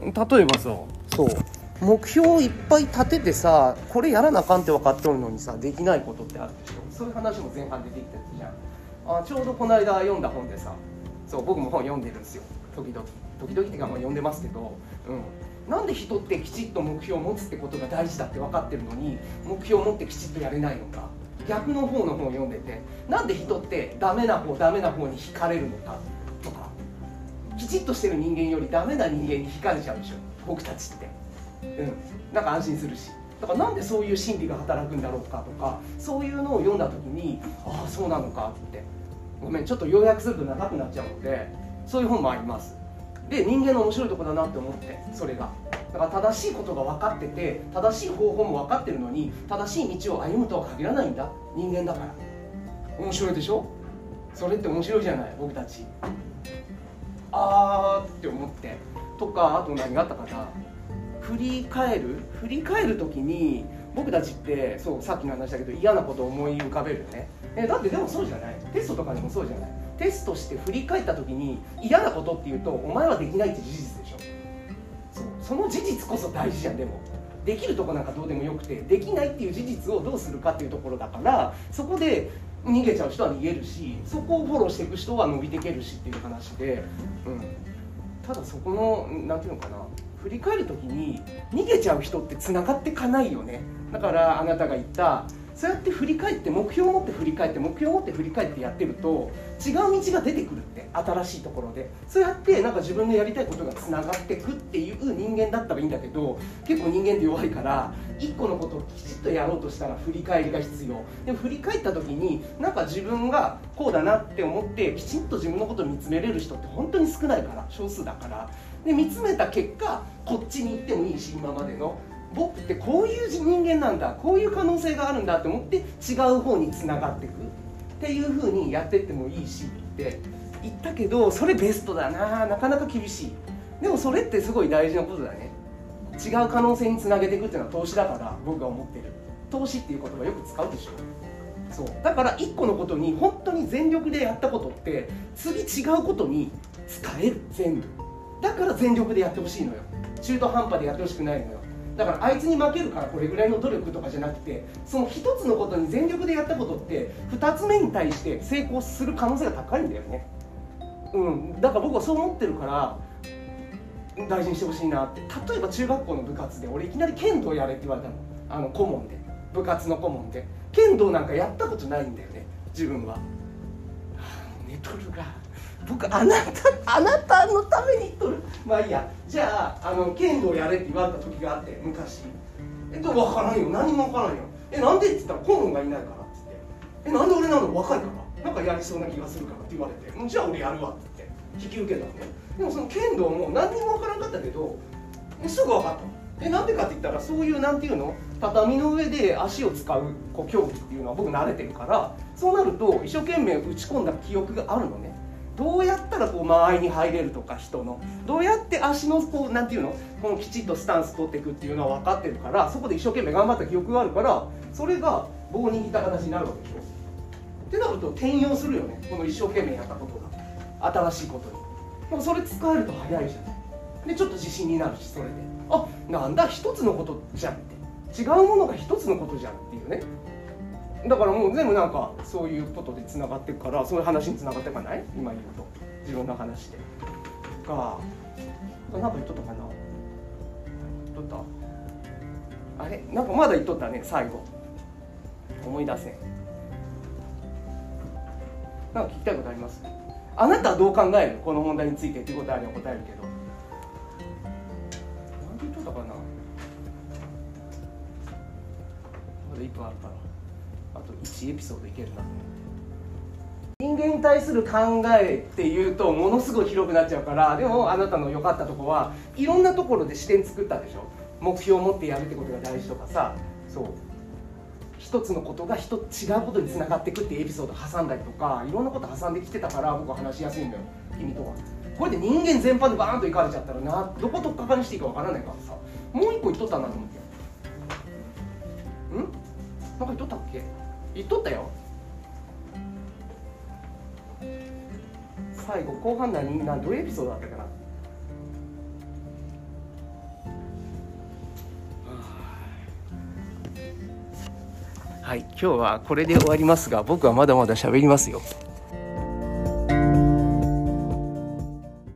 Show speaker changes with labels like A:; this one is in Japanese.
A: 例えばさ、そう目標をいっぱい立ててさ、これやらなあかんって分かってるのにさできないことってあるでしょ。そういう話も前半でできてるじゃん。ちょうどこの間読んだ本でさ、そう僕も本読んでるんですよ。時々っていうか読んでますけど、なんで人ってきちっと目標を持つってことが大事だって分かってるのに目標を持ってきちっとやれないのか。逆の方の本を読んでて、なんで人ってダメな方に惹かれるのかとか、きちっとしてる人間よりダメな人間に惹かれちゃうでしょ僕たちって。なんか安心するし、だからなんでそういう心理が働くんだろうかとか、そういうのを読んだ時に、ああそうなのかって。ごめん、ちょっと要約すると長くなっちゃうので、そういう本もあります。で、人間の面白いところだなって思って、それがだから正しいことが分かってて、正しい方法も分かってるのに正しい道を歩むとは限らないんだ、人間だから。面白いでしょ。それって面白いじゃない、僕たち。って思ってとか、あと何があったかな。振り返る時に僕たちってそう、さっきの話だけど嫌なことを思い浮かべるよね。だってでもそうじゃない、テストとかでもそうじゃない。テストして振り返った時に嫌なことっていうと、お前はできないって事実でしょ。その事実こそ大事じゃん。でもできるとこなんかどうでもよくて、できないっていう事実をどうするかっていうところだから、そこで逃げちゃう人は逃げるし、そこをフォローしていく人は伸びていけるしっていう話で、ただそこのなんていうのかな、振り返る時に逃げちゃう人ってつながっていかないよね。だからあなたが言ったそうやって振り返って、目標を持って振り返ってやってると違う道が出てくるって、新しいところで。そうやってなんか自分のやりたいことがつながっていくっていう人間だったらいいんだけど、結構人間って弱いから、一個のことをきちっとやろうとしたら振り返りが必要。でも振り返った時になんか自分がこうだなって思ってきちんと自分のことを見つめれる人って本当に少ないから、少数だから。で見つめた結果、こっちに行ってもいいし、今までの僕ってこういう人間なんだ、こういう可能性があるんだって思って違う方につながっていくっていう風にやってってもいいしって言ったけど、それベストだな、なかなか厳しい。でもそれってすごい大事なことだね。違う可能性につなげていくっていうのは投資だから、僕が思ってる。投資っていう言葉よく使うでしょ。そうだから一個のことに本当に全力でやったことって次違うことに使える、全部。だから全力でやってほしいのよ。中途半端でやってほしくないのよ。だからあいつに負けるからこれぐらいの努力とかじゃなくて、その一つのことに全力でやったことって二つ目に対して成功する可能性が高いんだよね。だから僕はそう思ってるから大事にしてほしいなって。例えば中学校の部活で俺いきなり剣道やれって言われたの。顧問で、部活の顧問で剣道なんかやったことないんだよね、自分は。寝とるが、僕あなたのために言っとる。まあいいや。じゃあ剣道やれって言われた時があって、昔。分からんよ、何も分からんよ。なんでって言ったら顧問がいないからって言って、なんで俺なの、若いからなんかやりそうな気がするからって言われて、じゃあ俺やるわって言って引き受けたのね。でもその剣道も何にも分からんかったけどすぐ分かったの。なんでかって言ったら、そういうなんていうの、畳の上で足を使う競技っていうのは僕慣れてるから、そうなると一生懸命打ち込んだ記憶があるのね。どうやったら間合いに入れるとか、人のどうやって足のなんていうの、きちっとスタンス取っていくっていうのは分かってるから、そこで一生懸命頑張った記憶があるから、それが棒を握った形になるわけでしょ。ってなると転用するよね、この一生懸命やったことが新しいことに。でもそれ使えると早いじゃない。でちょっと自信になるし、それでなんだ一つのことじゃんって、違うものが一つのことじゃんっていうね。だからもう全部なんかそういうことでつながっていくから、そういう話につながっていかない？今言うと自分の話でか。なんか言っとったかな、言っとったあれ、なんかまだ言っとったね、最後思い出せん。なんか聞きたいことあります？あなたはどう考える？この問題についてっていうことあれば答えるけど。なんで言っとったかな。まだ1分あるから、あと1エピソードいけるなと思って。人間に対する考えっていうとものすごい広くなっちゃうから、でもあなたの良かったとこはいろんなところで視点作ったでしょ。目標を持ってやるってことが大事とかさ、そう一つのことが違うことにつながっていくっていうエピソード挟んだりとか、いろんなこと挟んできてたから僕は話しやすいんだよ、君とは。これで人間全般でバーンといかれちゃったらどこ取っかかりしていいかわからないからさ、もう一個言っとったなと思って。なんか言っとったっけ？言っとったよ。最後後半どういうエピソードだったかな。 はい、今日はこれで終わりますが、僕はまだまだ喋りますよ。